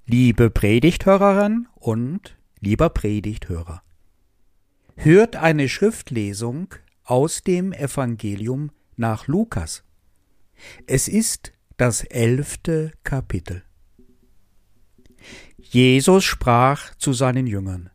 Liebe Predigthörerin und lieber Predigthörer, hört eine Schriftlesung aus dem Evangelium nach Lukas. Es ist das 11. Kapitel. Jesus sprach zu seinen Jüngern: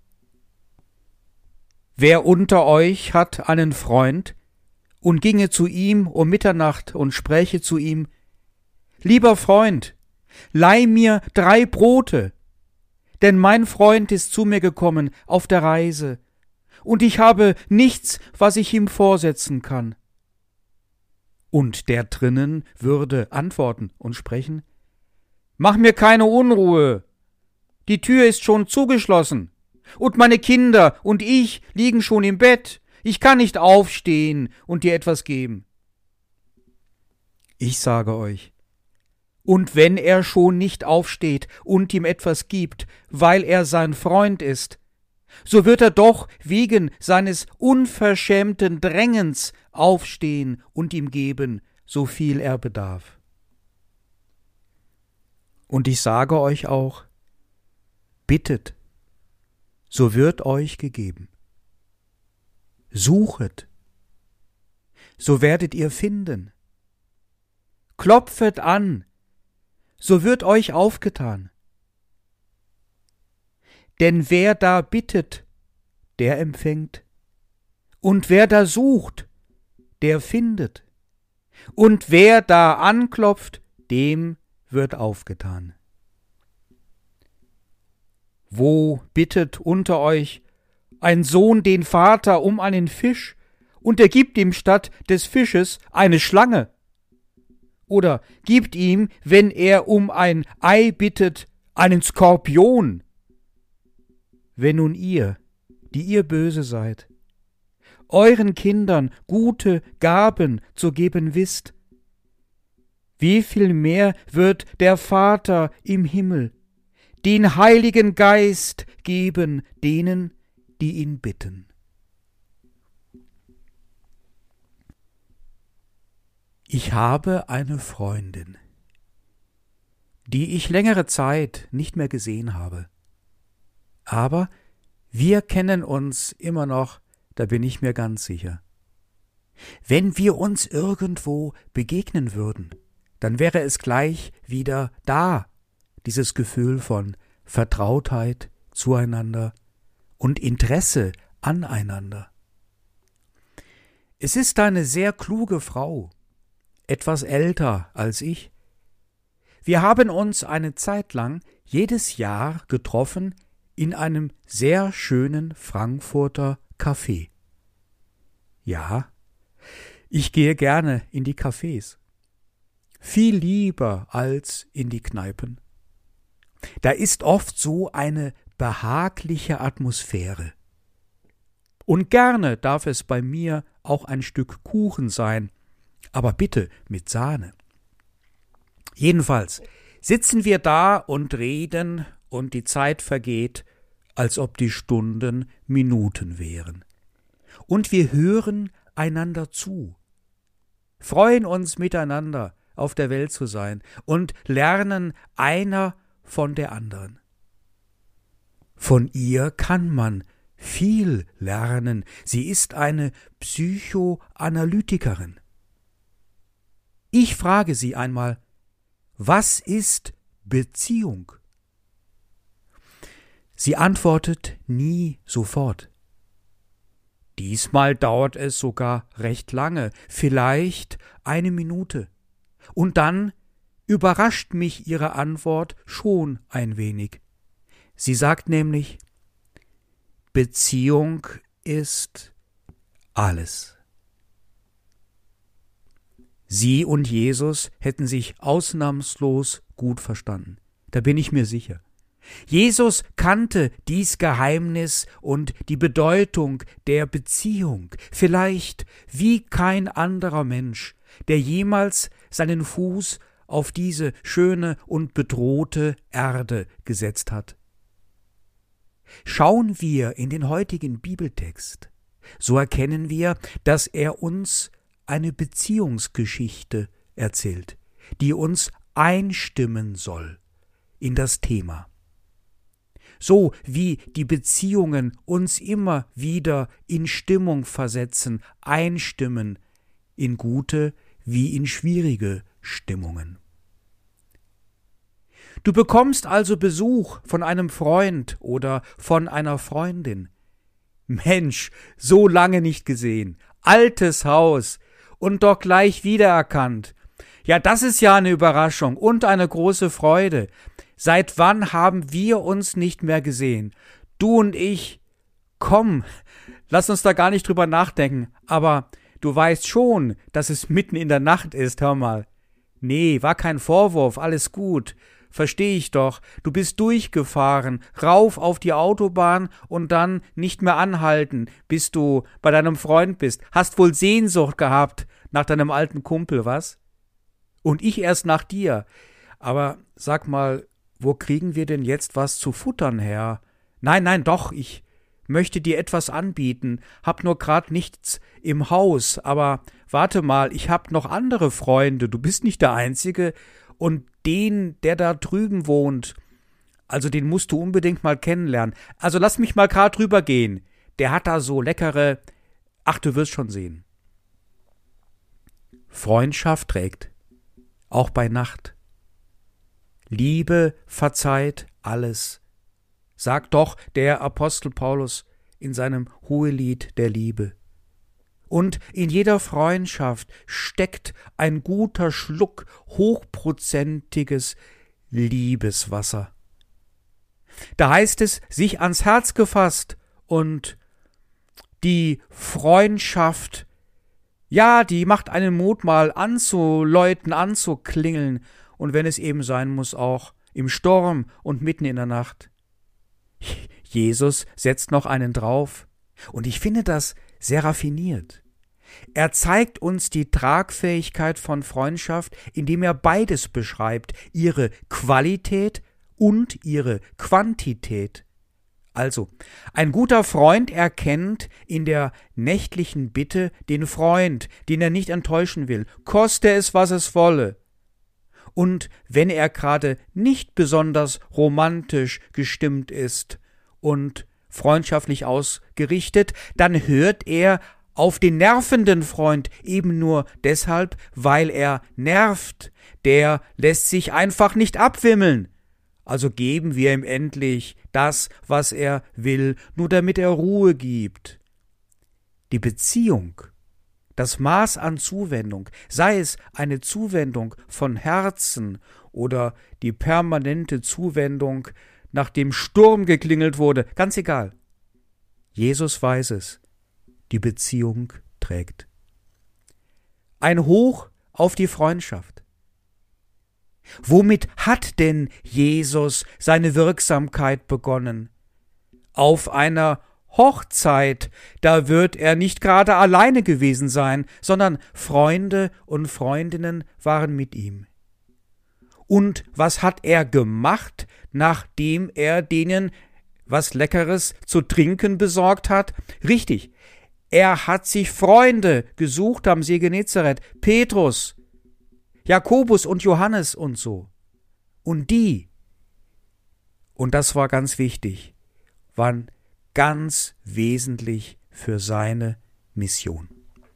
Wer unter euch hat einen Freund und ginge zu ihm um Mitternacht und spräche zu ihm: Lieber Freund, leih mir 3 Brote, denn mein Freund ist zu mir gekommen auf der Reise, und ich habe nichts, was ich ihm vorsetzen kann. Und der drinnen würde antworten und sprechen: Mach mir keine Unruhe, die Tür ist schon zugeschlossen, und meine Kinder und ich liegen schon im Bett, ich kann nicht aufstehen und dir etwas geben. Ich sage euch, und wenn er schon nicht aufsteht und ihm etwas gibt, weil er sein Freund ist, so wird er doch wegen seines unverschämten Drängens aufstehen und ihm geben, so viel er bedarf. Und ich sage euch auch, bittet, so wird euch gegeben. Suchet, so werdet ihr finden. Klopfet an, so wird euch aufgetan. Denn wer da bittet, der empfängt, und wer da sucht, der findet, und wer da anklopft, dem wird aufgetan. Wo bittet unter euch ein Sohn den Vater um einen Fisch, und er gibt ihm statt des Fisches eine Schlange? Oder gibt ihm, wenn er um ein Ei bittet, einen Skorpion? Wenn nun ihr, die ihr böse seid, euren Kindern gute Gaben zu geben wisst, wie viel mehr wird der Vater im Himmel den Heiligen Geist geben denen, die ihn bitten. Ich habe eine Freundin, die ich längere Zeit nicht mehr gesehen habe. Aber wir kennen uns immer noch, da bin ich mir ganz sicher. Wenn wir uns irgendwo begegnen würden, dann wäre es gleich wieder da, dieses Gefühl von Vertrautheit zueinander und Interesse aneinander. Es ist eine sehr kluge Frau, etwas älter als ich. Wir haben uns eine Zeit lang jedes Jahr getroffen in einem sehr schönen Frankfurter Café. Ja, ich gehe gerne in die Cafés. Viel lieber als in die Kneipen. Da ist oft so eine behagliche Atmosphäre. Und gerne darf es bei mir auch ein Stück Kuchen sein, aber bitte mit Sahne. Jedenfalls sitzen wir da und reden, und die Zeit vergeht, als ob die Stunden Minuten wären. Und wir hören einander zu, freuen uns miteinander, auf der Welt zu sein, und lernen einer von der anderen. Von ihr kann man viel lernen. Sie ist eine Psychoanalytikerin. Ich frage sie einmal: Was ist Beziehung? Sie antwortet nie sofort. Diesmal dauert es sogar recht lange, vielleicht 1 Minute. Und dann überrascht mich ihre Antwort schon ein wenig. Sie sagt nämlich: Beziehung ist alles. Sie und Jesus hätten sich ausnahmslos gut verstanden. Da bin ich mir sicher. Jesus kannte dies Geheimnis und die Bedeutung der Beziehung, vielleicht wie kein anderer Mensch, der jemals seinen Fuß auf diese schöne und bedrohte Erde gesetzt hat. Schauen wir in den heutigen Bibeltext, so erkennen wir, dass er uns eine Beziehungsgeschichte erzählt, die uns einstimmen soll in das Thema. so wie die Beziehungen uns immer wieder in Stimmung versetzen, einstimmen, in gute wie in schwierige Stimmungen. Du bekommst also Besuch von einem Freund oder von einer Freundin. Mensch, so lange nicht gesehen, altes Haus und doch gleich wiedererkannt. Ja, das ist ja eine Überraschung und eine große Freude. Seit wann haben wir uns nicht mehr gesehen? Du und ich. Komm, lass uns da gar nicht drüber nachdenken, aber du weißt schon, dass es mitten in der Nacht ist, hör mal. Nee, war kein Vorwurf, alles gut. Versteh ich doch. Du bist durchgefahren, rauf auf die Autobahn und dann nicht mehr anhalten, bis du bei deinem Freund bist. Hast wohl Sehnsucht gehabt nach deinem alten Kumpel, was? Und ich erst nach dir. Aber sag mal, wo kriegen wir denn jetzt was zu futtern her? Nein, doch, ich möchte dir etwas anbieten, hab nur grad nichts im Haus, aber warte mal, ich hab noch andere Freunde, du bist nicht der Einzige, und den, der da drüben wohnt, also den musst du unbedingt mal kennenlernen. Also lass mich mal grad rüber gehen, der hat da so leckere, ach, du wirst schon sehen. Freundschaft trägt, auch bei Nacht. Liebe verzeiht alles, sagt doch der Apostel Paulus in seinem Hohelied der Liebe. Und in jeder Freundschaft steckt ein guter Schluck hochprozentiges Liebeswasser. Da heißt es, sich ans Herz gefasst, und die Freundschaft, ja, die macht einen Mut mal anzuläuten, anzuklingeln, und wenn es eben sein muss, auch im Sturm und mitten in der Nacht. Jesus setzt noch einen drauf, und ich finde das sehr raffiniert. Er zeigt uns die Tragfähigkeit von Freundschaft, indem er beides beschreibt, ihre Qualität und ihre Quantität. Also, ein guter Freund erkennt in der nächtlichen Bitte den Freund, den er nicht enttäuschen will, koste es, was es wolle. Und wenn er gerade nicht besonders romantisch gestimmt ist und freundschaftlich ausgerichtet, dann hört er auf den nervenden Freund eben nur deshalb, weil er nervt. Der lässt sich einfach nicht abwimmeln. Also geben wir ihm endlich das, was er will, nur damit er Ruhe gibt. Die Beziehung, das Maß an Zuwendung, sei es eine Zuwendung von Herzen oder die permanente Zuwendung, nachdem Sturm geklingelt wurde, ganz egal. Jesus weiß es. Die Beziehung trägt. Ein Hoch auf die Freundschaft. Womit hat denn Jesus seine Wirksamkeit begonnen? Auf einer Hochzeit, da wird er nicht gerade alleine gewesen sein, sondern Freunde und Freundinnen waren mit ihm. Und was hat er gemacht, nachdem er denen was Leckeres zu trinken besorgt hat? Richtig, er hat sich Freunde gesucht am See Genezareth, Petrus, Jakobus und Johannes und so. Und die, und das war ganz wichtig, waren ganz wesentlich für seine Mission.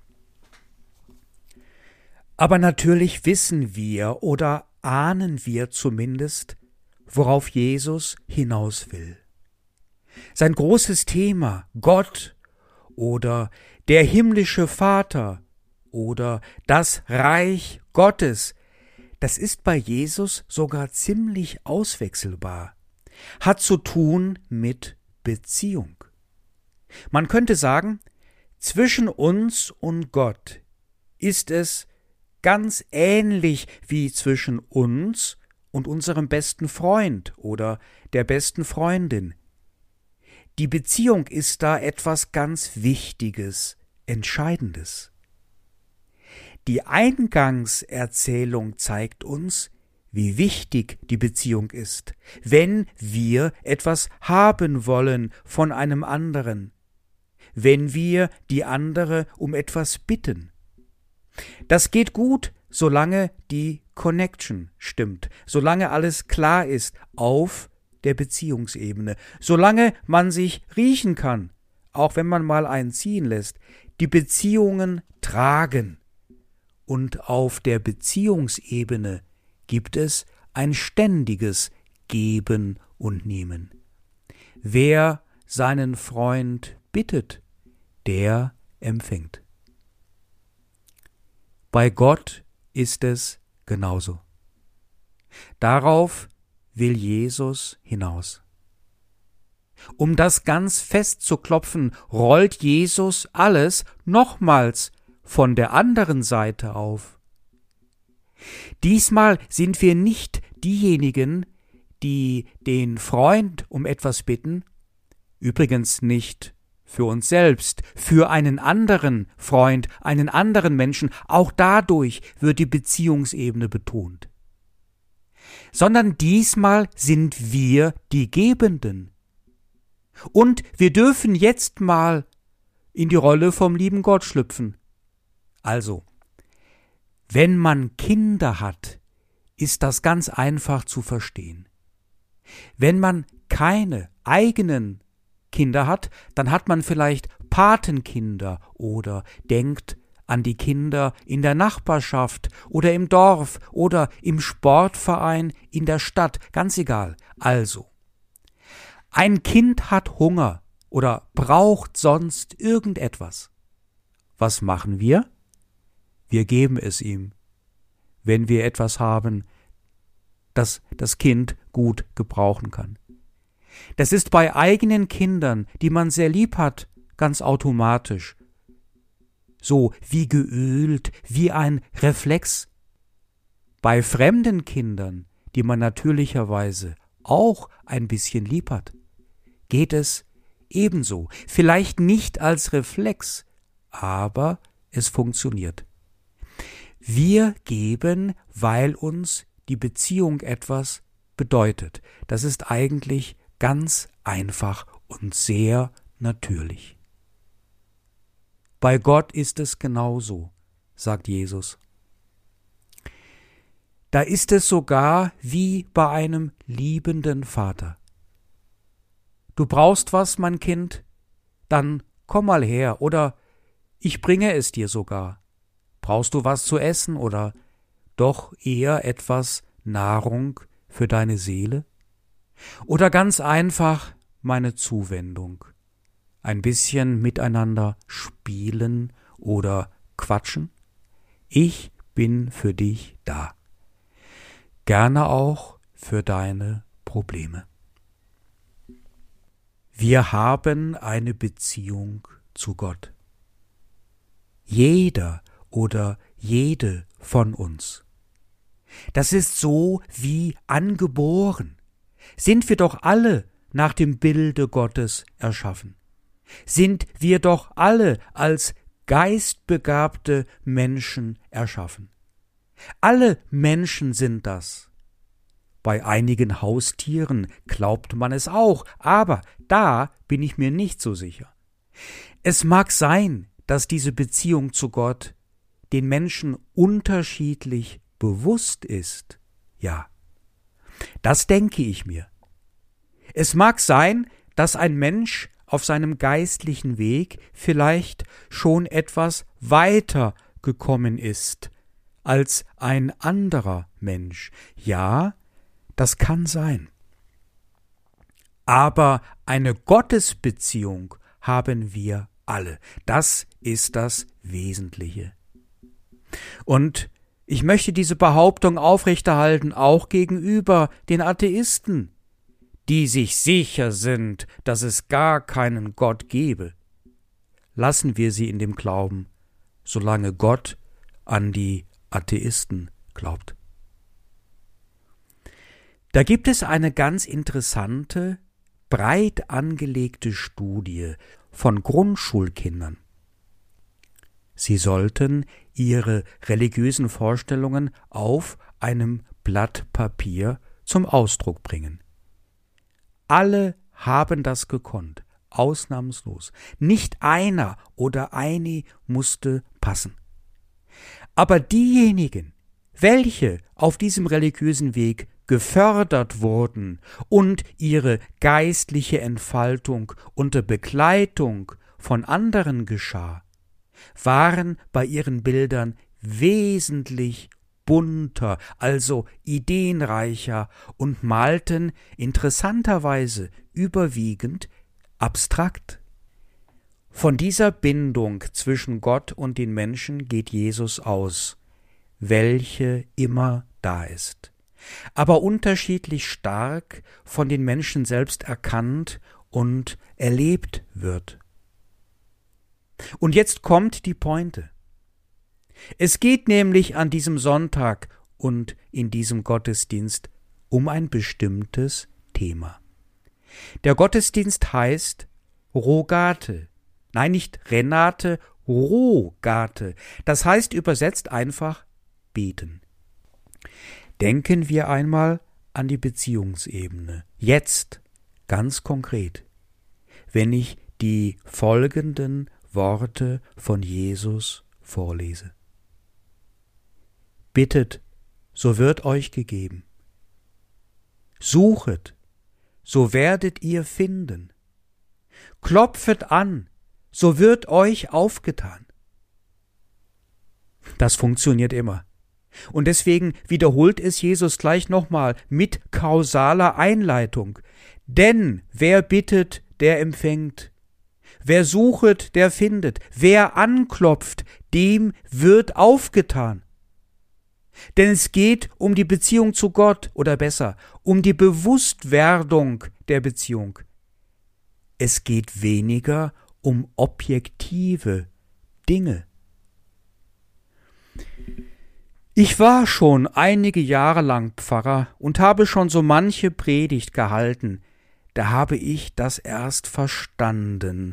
Aber natürlich wissen wir oder ahnen wir zumindest, worauf Jesus hinaus will. Sein großes Thema, Gott oder der himmlische Vater oder das Reich Gottes, das ist bei Jesus sogar ziemlich auswechselbar, hat zu tun mit Beziehung. Man könnte sagen, zwischen uns und Gott ist es ganz ähnlich wie zwischen uns und unserem besten Freund oder der besten Freundin. Die Beziehung ist da etwas ganz Wichtiges, Entscheidendes. Die Eingangserzählung zeigt uns, wie wichtig die Beziehung ist, wenn wir etwas haben wollen von einem anderen, wenn wir die andere um etwas bitten. Das geht gut, solange die Connection stimmt, solange alles klar ist auf der Beziehungsebene, solange man sich riechen kann, auch wenn man mal einen ziehen lässt, die Beziehungen tragen. Und auf der Beziehungsebene gibt es ein ständiges Geben und Nehmen. Wer seinen Freund bittet, der empfängt. Bei Gott ist es genauso. Darauf will Jesus hinaus. Um das ganz fest zu klopfen, rollt Jesus alles nochmals von der anderen Seite auf. Diesmal sind wir nicht diejenigen, die den Freund um etwas bitten, übrigens nicht für uns selbst, für einen anderen Freund, einen anderen Menschen, auch dadurch wird die Beziehungsebene betont. Sondern diesmal sind wir die Gebenden. Und wir dürfen jetzt mal in die Rolle vom lieben Gott schlüpfen. Also, wenn man Kinder hat, ist das ganz einfach zu verstehen. Wenn man keine eigenen Kinder hat, dann hat man vielleicht Patenkinder oder denkt an die Kinder in der Nachbarschaft oder im Dorf oder im Sportverein in der Stadt, ganz egal. Also, ein Kind hat Hunger oder braucht sonst irgendetwas. Was machen wir? Wir geben es ihm, wenn wir etwas haben, das das Kind gut gebrauchen kann. Das ist bei eigenen Kindern, die man sehr lieb hat, ganz automatisch. So wie geölt, wie ein Reflex. Bei fremden Kindern, die man natürlicherweise auch ein bisschen lieb hat, geht es ebenso. Vielleicht nicht als Reflex, aber es funktioniert. Wir geben, weil uns die Beziehung etwas bedeutet. Das ist eigentlich ganz einfach und sehr natürlich. Bei Gott ist es genauso, sagt Jesus. Da ist es sogar wie bei einem liebenden Vater. Du brauchst was, mein Kind? Dann komm mal her, oder ich bringe es dir sogar. Brauchst du was zu essen oder doch eher etwas Nahrung für deine Seele? Oder ganz einfach meine Zuwendung. Ein bisschen miteinander spielen oder quatschen? Ich bin für dich da. Gerne auch für deine Probleme. Wir haben eine Beziehung zu Gott. Jeder oder jede von uns. Das ist so wie angeboren. Sind wir doch alle nach dem Bilde Gottes erschaffen. Sind wir doch alle als geistbegabte Menschen erschaffen. Alle Menschen sind das. Bei einigen Haustieren glaubt man es auch, aber da bin ich mir nicht so sicher. Es mag sein, dass diese Beziehung zu Gott den Menschen unterschiedlich bewusst ist. Ja, das denke ich mir. Es mag sein, dass ein Mensch auf seinem geistlichen Weg vielleicht schon etwas weiter gekommen ist als ein anderer Mensch. Ja, das kann sein. Aber eine Gottesbeziehung haben wir alle. Das ist das Wesentliche. Und ich möchte diese Behauptung aufrechterhalten, auch gegenüber den Atheisten, die sich sicher sind, dass es gar keinen Gott gebe. Lassen wir sie in dem Glauben, solange Gott an die Atheisten glaubt. Da gibt es eine ganz interessante, breit angelegte Studie von Grundschulkindern. Sie sollten ihre religiösen Vorstellungen auf einem Blatt Papier zum Ausdruck bringen. Alle haben das gekonnt, ausnahmslos. Nicht einer oder eine musste passen. Aber diejenigen, welche auf diesem religiösen Weg gefördert wurden und ihre geistliche Entfaltung unter Begleitung von anderen geschah, waren bei ihren Bildern wesentlich bunter, also ideenreicher und malten interessanterweise überwiegend abstrakt. Von dieser Bindung zwischen Gott und den Menschen geht Jesus aus, welche immer da ist, aber unterschiedlich stark von den Menschen selbst erkannt und erlebt wird. Und jetzt kommt die Pointe. Es geht nämlich an diesem Sonntag und in diesem Gottesdienst um ein bestimmtes Thema. Der Gottesdienst heißt Rogate. Nein, nicht Renate, Rogate. Das heißt übersetzt einfach beten. Denken wir einmal an die Beziehungsebene. Jetzt, ganz konkret, wenn ich die folgenden Worte von Jesus vorlese. Bittet, so wird euch gegeben. Suchet, so werdet ihr finden. Klopfet an, so wird euch aufgetan. Das funktioniert immer. Und deswegen wiederholt es Jesus gleich nochmal mit kausaler Einleitung. Denn wer bittet, der empfängt. Wer suchet, der findet. Wer anklopft, dem wird aufgetan. Denn es geht um die Beziehung zu Gott, oder besser, um die Bewusstwerdung der Beziehung. Es geht weniger um objektive Dinge. Ich war schon einige Jahre lang Pfarrer und habe schon so manche Predigt gehalten. Da habe ich das erst verstanden.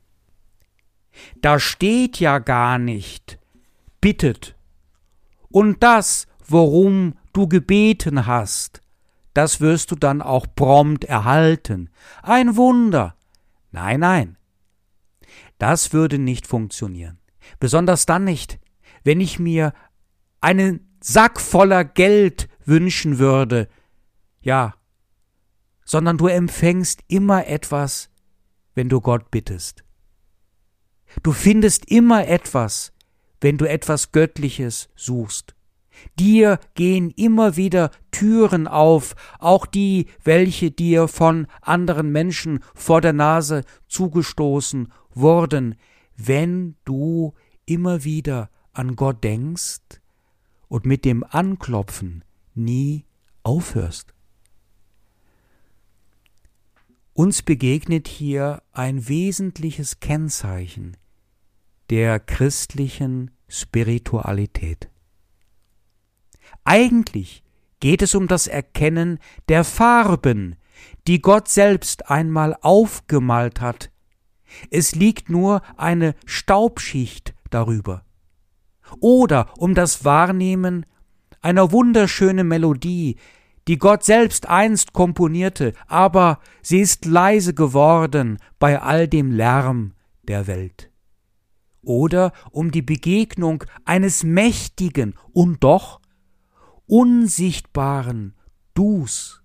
Da steht ja gar nicht, bittet. Und das, worum du gebeten hast, das wirst du dann auch prompt erhalten. Ein Wunder. Nein, nein. Das würde nicht funktionieren. Besonders dann nicht, wenn ich mir einen Sack voller Geld wünschen würde. Ja, sondern du empfängst immer etwas, wenn du Gott bittest. Du findest immer etwas, wenn du etwas Göttliches suchst. Dir gehen immer wieder Türen auf, auch die, welche dir von anderen Menschen vor der Nase zugestoßen wurden, wenn du immer wieder an Gott denkst und mit dem Anklopfen nie aufhörst. Uns begegnet hier ein wesentliches Kennzeichen der christlichen Spiritualität. Eigentlich geht es um das Erkennen der Farben, die Gott selbst einmal aufgemalt hat. Es liegt nur eine Staubschicht darüber. Oder um das Wahrnehmen einer wunderschönen Melodie, die Gott selbst einst komponierte, aber sie ist leise geworden bei all dem Lärm der Welt. Oder um die Begegnung eines mächtigen und doch unsichtbaren Dus.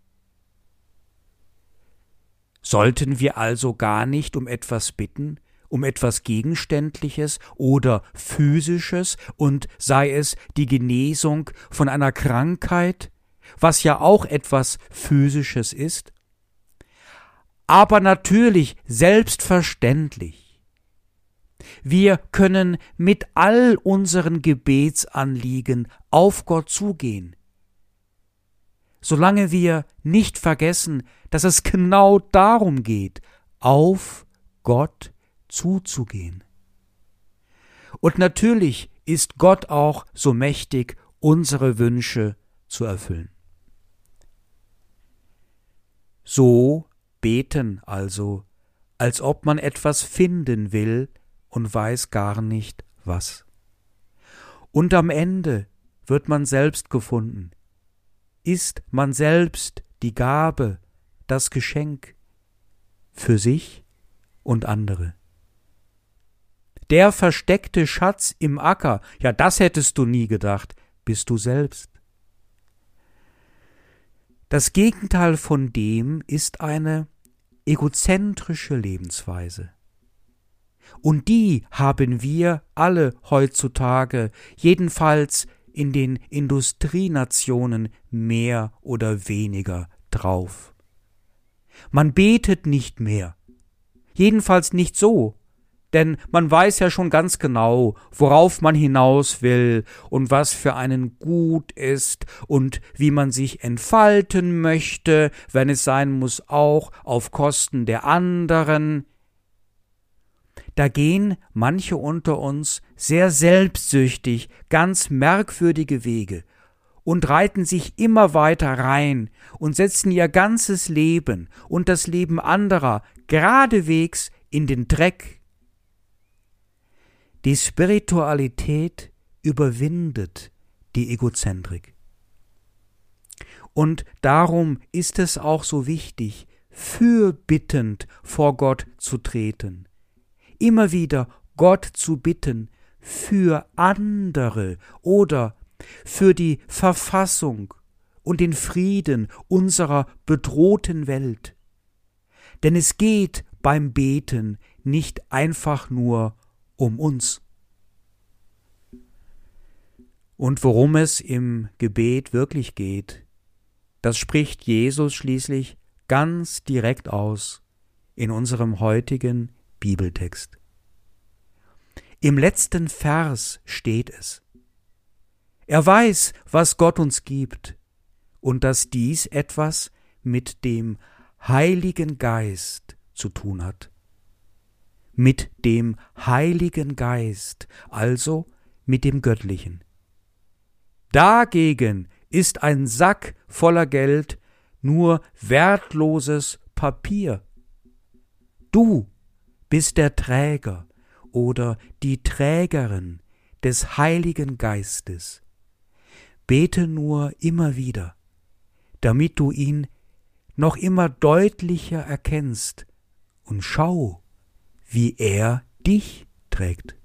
Sollten wir also gar nicht um etwas bitten, um etwas Gegenständliches oder Physisches, und sei es die Genesung von einer Krankheit, was ja auch etwas Physisches ist? Aber natürlich, selbstverständlich. Wir können mit all unseren Gebetsanliegen auf Gott zugehen, solange wir nicht vergessen, dass es genau darum geht, auf Gott zuzugehen. Und natürlich ist Gott auch so mächtig, unsere Wünsche zu erfüllen. So beten also, als ob man etwas finden will und weiß gar nicht was. Und am Ende wird man selbst gefunden. Ist man selbst die Gabe, das Geschenk für sich und andere. Der versteckte Schatz im Acker, ja, das hättest du nie gedacht, bist du selbst. Das Gegenteil von dem ist eine egozentrische Lebensweise. Und die haben wir alle heutzutage, jedenfalls in den Industrienationen, mehr oder weniger drauf. Man betet nicht mehr, jedenfalls nicht so, denn man weiß ja schon ganz genau, worauf man hinaus will und was für einen gut ist und wie man sich entfalten möchte, wenn es sein muss, auch auf Kosten der anderen. Da gehen manche unter uns sehr selbstsüchtig, ganz merkwürdige Wege und reiten sich immer weiter rein und setzen ihr ganzes Leben und das Leben anderer geradewegs in den Dreck. Die Spiritualität überwindet die Egozentrik. Und darum ist es auch so wichtig, fürbittend vor Gott zu treten. Immer wieder Gott zu bitten für andere oder für die Verfassung und den Frieden unserer bedrohten Welt. Denn es geht beim Beten nicht einfach nur um uns. Und worum es im Gebet wirklich geht, das spricht Jesus schließlich ganz direkt aus in unserem heutigen Bibeltext. Im letzten Vers steht es: Er weiß, was Gott uns gibt und dass dies etwas mit dem Heiligen Geist zu tun hat. Mit dem Heiligen Geist, also mit dem Göttlichen. Dagegen ist ein Sack voller Geld nur wertloses Papier. Du bist der Träger oder die Trägerin des Heiligen Geistes. Bete nur immer wieder, damit du ihn noch immer deutlicher erkennst und schau, wie er dich trägt.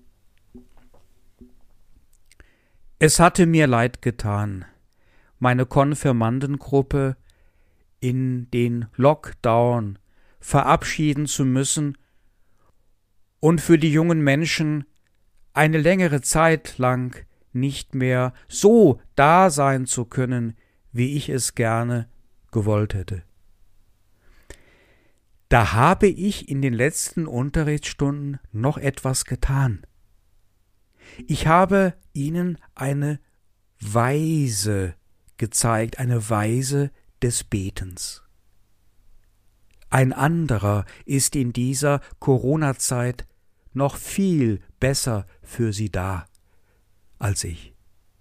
Es hatte mir leid getan, meine Konfirmandengruppe in den Lockdown verabschieden zu müssen und für die jungen Menschen eine längere Zeit lang nicht mehr so da sein zu können, wie ich es gerne gewollt hätte. Da habe ich in den letzten Unterrichtsstunden noch etwas getan. Ich habe ihnen eine Weise gezeigt, eine Weise des Betens. Ein anderer ist in dieser Corona-Zeit noch viel besser für sie da als ich.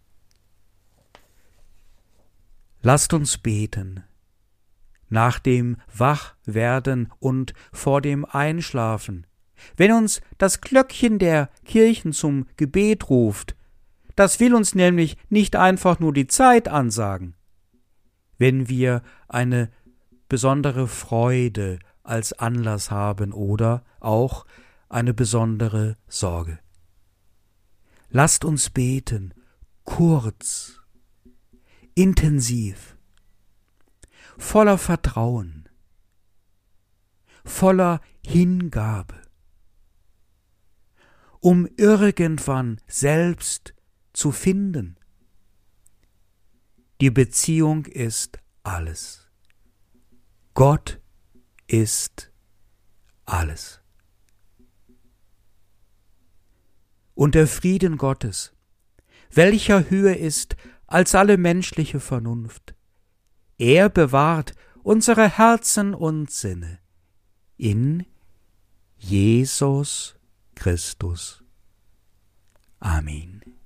Lasst uns beten. Nach dem Wachwerden und vor dem Einschlafen, wenn uns das Glöckchen der Kirchen zum Gebet ruft, das will uns nämlich nicht einfach nur die Zeit ansagen. Wenn wir eine besondere Freude als Anlass haben oder auch eine besondere Sorge. Lasst uns beten, kurz, intensiv, voller Vertrauen, voller Hingabe, um irgendwann selbst zu finden. Die Beziehung ist alles. Gott ist alles. Und der Frieden Gottes, welcher höher ist als alle menschliche Vernunft, er bewahrt unsere Herzen und Sinne in Jesus Christus. Amen.